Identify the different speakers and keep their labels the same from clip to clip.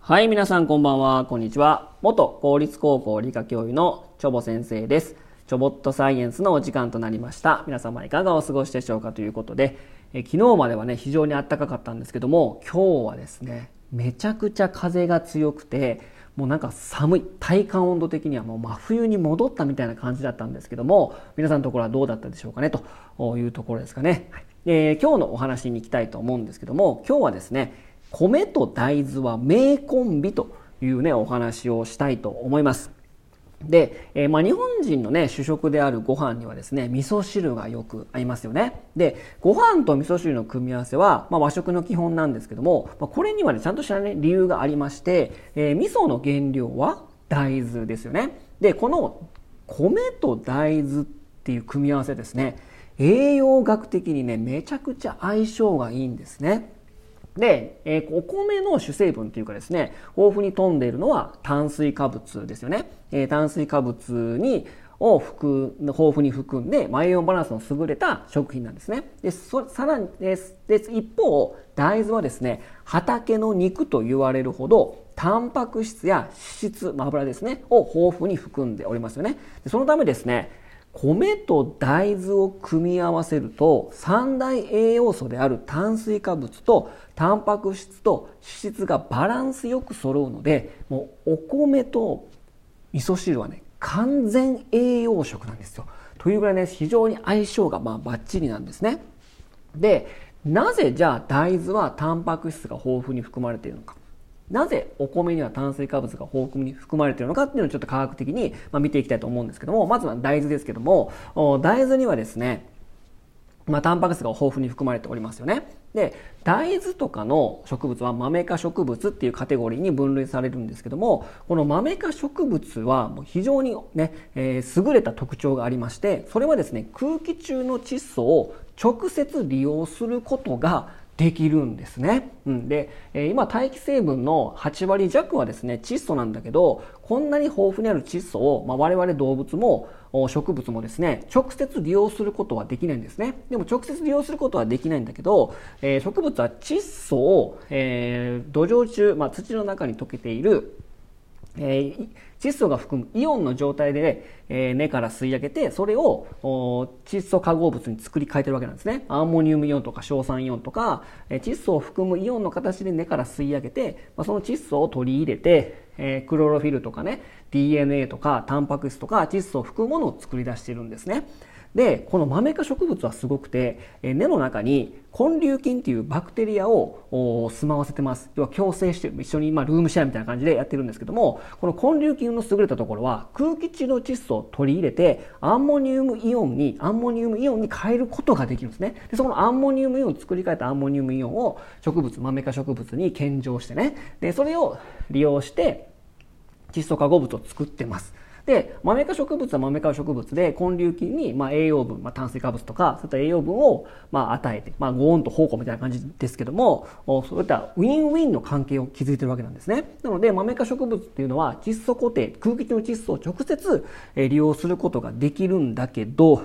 Speaker 1: はい、皆さんこんばんは、こんにちは。元公立高校理科教諭のチョボ先生です。チョボットサイエンスのお時間となりました。皆様いかがお過ごしでしょうかということで、昨日まではね、非常に暖かかったんですけども、今日はですね、めちゃくちゃ風が強くて、もうなんか寒い、体感温度的にはもう真冬に戻ったみたいな感じだったんですけども、皆さんのところはどうだったでしょうかねというところですかね。今日のお話に行きたいと思うんですけども、今日はですね、米と大豆は名コンビというね、お話をしたいと思います。で、日本人のね、主食であるご飯にはですね、味噌汁がよく合いますよね。で、ご飯と味噌汁の組み合わせは、和食の基本なんですけども、これにはね、ちゃんとしたね、理由がありまして、味噌の原料は大豆ですよね。で、この米と大豆っていう組み合わせですね、栄養学的にね、めちゃくちゃ相性がいいんですね。で、お米の主成分というかですね、豊富に富んでいるのは炭水化物ですよね。炭水化物を豊富に含んで、栄養バランスの優れた食品なんですね。で、さらに一方、大豆はですね、畑の肉と言われるほど、タンパク質や脂質、油ですね、を豊富に含んでおりますよね。でそのためですね、米と大豆を組み合わせると三大栄養素である炭水化物とタンパク質と脂質がバランスよく揃うので、もうお米と味噌汁はね、完全栄養食なんですよ。というぐらいね、非常に相性がバッチリなんですね。で、なぜじゃあ大豆はタンパク質が豊富に含まれているのか。なぜお米には炭水化物が豊富に含まれているのかっていうのをちょっと科学的に見ていきたいと思うんですけども、まずは大豆ですけども、大豆にはですね、タンパク質が豊富に含まれておりますよね。で、大豆とかの植物はマメ科植物っていうカテゴリーに分類されるんですけども、このマメ科植物はもう非常にね、優れた特徴がありまして、それはですね、空気中の窒素を直接利用することができるんですね。で、今大気成分の8割弱はですね、窒素なんだけど、こんなに豊富にある窒素を、我々動物も植物もですね、直接利用することはできないんですね。でも直接利用することはできないんだけど、植物は窒素を、土壌中、土の中に溶けている窒素が含むイオンの状態で、根から吸い上げて、それを窒素化合物に作り変えてるわけなんですね。アンモニウムイオンとか硝酸イオンとか、窒素を含むイオンの形で根から吸い上げて、その窒素を取り入れて、クロロフィルとかね、DNA とかタンパク質とか窒素を含むものを作り出しているんですね。で、このマメ科植物はすごくて、根の中に根粒菌っていうバクテリアを住まわせてます。要は共生してる、一緒にルームシェアみたいな感じでやってるんですけども、この根粒菌の優れたところは空気中の窒素を取り入れてアンモニウムイオンに変えることができるんですね。で、そこのアンモニウムイオンを作り変えたアンモニウムイオンをマメ科植物に献上してね、で、それを利用して窒素化合物を作ってます。で、マメ科植物はマメ科植物で根粒菌に栄養分、炭水化物とかそういった栄養分を与えて、ゴーンと宝庫みたいな感じですけども、そういったウィンウィンの関係を築いているわけなんですね。なのでマメ科植物っていうのは窒素固定、空気中の窒素を直接利用することができるんだけど、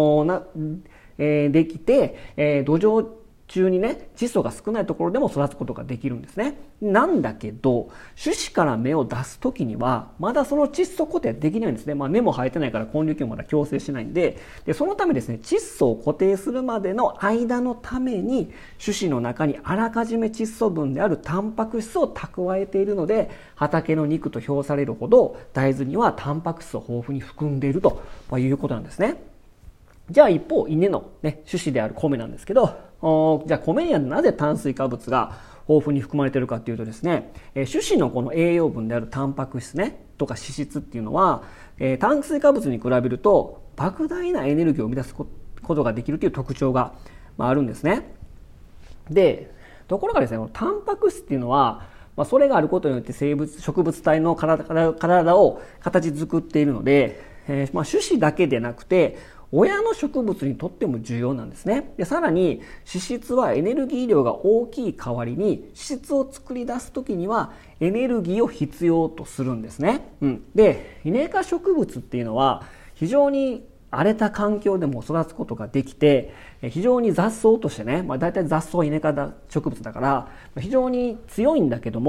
Speaker 1: できて、土壌中にね、窒素が少ないところでも育つことができるんですね。なんだけど、種子から芽を出すときには、まだその窒素固定はできないんですね。根も生えてないから根粒菌もまだ共生しないんで、そのためですね、窒素を固定するまでの間のために、種子の中にあらかじめ窒素分であるタンパク質を蓄えているので、畑の肉と評されるほど、大豆にはタンパク質を豊富に含んでいるということなんですね。じゃあ一方、稲のね、種子である米なんですけど、じゃあ米にはなぜ炭水化物が豊富に含まれているかというとですね、種子のこの栄養分であるタンパク質ね、とか脂質っていうのは、炭水化物に比べると莫大なエネルギーを生み出すことができるという特徴があるんですね。で、ところがですね、タンパク質っていうのは、それがあることによって植物体の体を形作っているので、種子だけでなくて、親の植物にとっても重要なんですね。で、さらに脂質はエネルギー量が大きい代わりに脂質を作り出すときにはエネルギーを必要とするんですね。で、イネ科植物っていうのは非常に荒れた環境でも育つことができて、非常に雑草としてね、大体雑草イネ科植物だから非常に強いんだけども、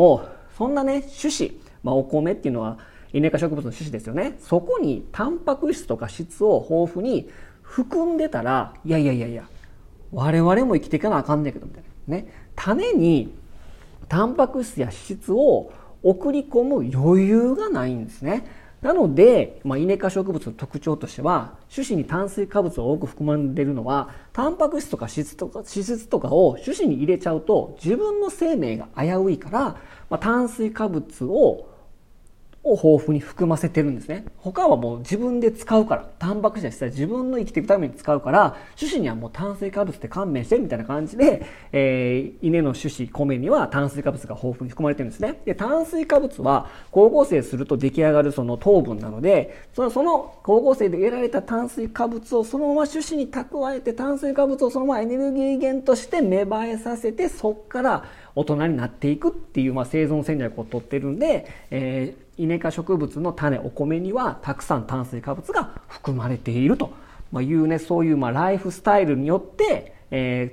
Speaker 1: そんなね、種子、お米っていうのはイネ科植物の種子ですよね。そこにタンパク質とか質を豊富に含んでたら、いや、我々も生きていかなあかんねんけど、みたいな。ね。種にタンパク質や質を送り込む余裕がないんですね。なので、イネ科植物の特徴としては、種子に炭水化物を多く含まれているのは、タンパク質とか脂質とかを種子に入れちゃうと、自分の生命が危ういから、炭水化物を豊富に含ませてるんですね。他はもう自分で使うから、タンパク質や質は自分の生きていくために使うから、種子にはもう炭水化物って勘弁してみたいな感じで、稲の種子、米には炭水化物が豊富に含まれてるんですね。で、炭水化物は光合成すると出来上がるその糖分なので、その光合成で得られた炭水化物をそのまま種子に蓄えて、炭水化物をそのままエネルギー源として芽生えさせて、そこから大人になっていくっていう、生存戦略をとってるんで、イネ科植物の種、お米にはたくさん炭水化物が含まれているというね、そういうライフスタイルによって、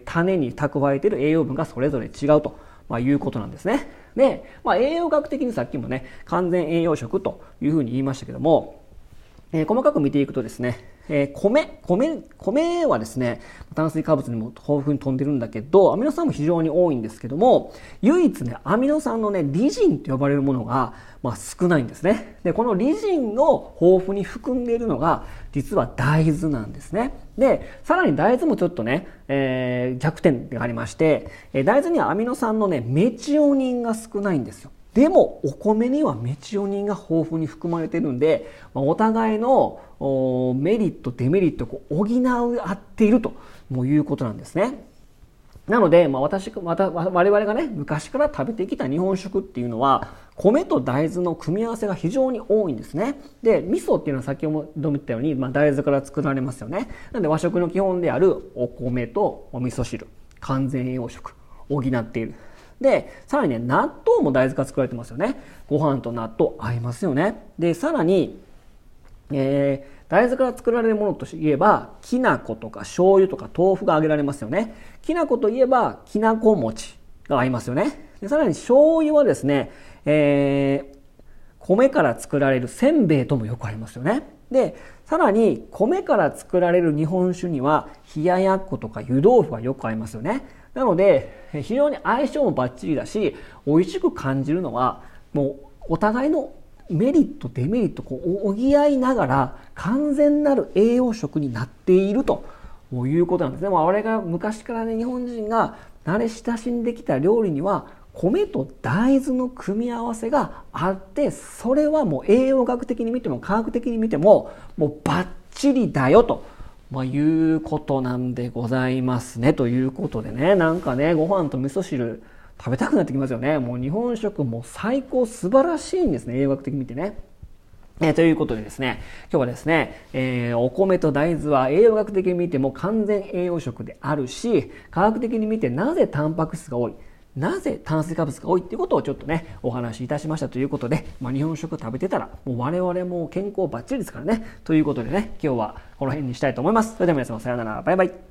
Speaker 1: 種に蓄えている栄養分がそれぞれ違うということなんですね。で、栄養学的にさっきもね、完全栄養食というふうに言いましたけども、細かく見ていくとですね、米はですね、炭水化物にも豊富に富んでるんだけど、アミノ酸も非常に多いんですけども、唯一ね、アミノ酸のね、リジンと呼ばれるものが、少ないんですね。で、このリジンを豊富に含んでいるのが、実は大豆なんですね。で、さらに大豆もちょっとね、弱点がありまして、大豆にはアミノ酸のね、メチオニンが少ないんですよ。でもお米にはメチオニンが豊富に含まれているんで、お互いのメリットデメリットを補い合っているということなんですね。なので、我々がね、昔から食べてきた日本食っていうのは、米と大豆の組み合わせが非常に多いんですね。で、味噌っていうのは先ほども言ったように、大豆から作られますよね。なので和食の基本であるお米とお味噌汁、完全栄養食、補っている。で、さらにね、納豆も大豆から作られてますよね。ご飯と納豆合いますよね。で、さらに、大豆から作られるものといえば、きな粉とか醤油とか豆腐が挙げられますよね。きな粉といえば、きなこ餅が合いますよね。で、さらに醤油はですね、米から作られるせんべいともよく合いますよね。で、さらに米から作られる日本酒には冷ややっことか湯豆腐がよく合いますよね。なので非常に相性もバッチリだし、美味しく感じるのはもうお互いのメリットデメリットを補いながら完全なる栄養食になっているということなんですね。我々が昔からね、日本人が慣れ親しんできた料理には米と大豆の組み合わせがあって、それはもう栄養学的に見ても科学的に見てももうバッチリだよということなんでございますね。ということでね、なんかね、ご飯と味噌汁食べたくなってきますよね。もう日本食も最高素晴らしいんですね、栄養学的に見てね。ということでですね、今日はですね、お米と大豆は栄養学的に見ても完全栄養食であるし、科学的に見てなぜタンパク質が多い、なぜ炭水化物が多いっていうことをちょっとね、お話しいたしましたということで、日本食食べてたら、もう我々も健康バッチリですからね。ということでね、今日はこの辺にしたいと思います。それでは皆様さようなら、バイバイ。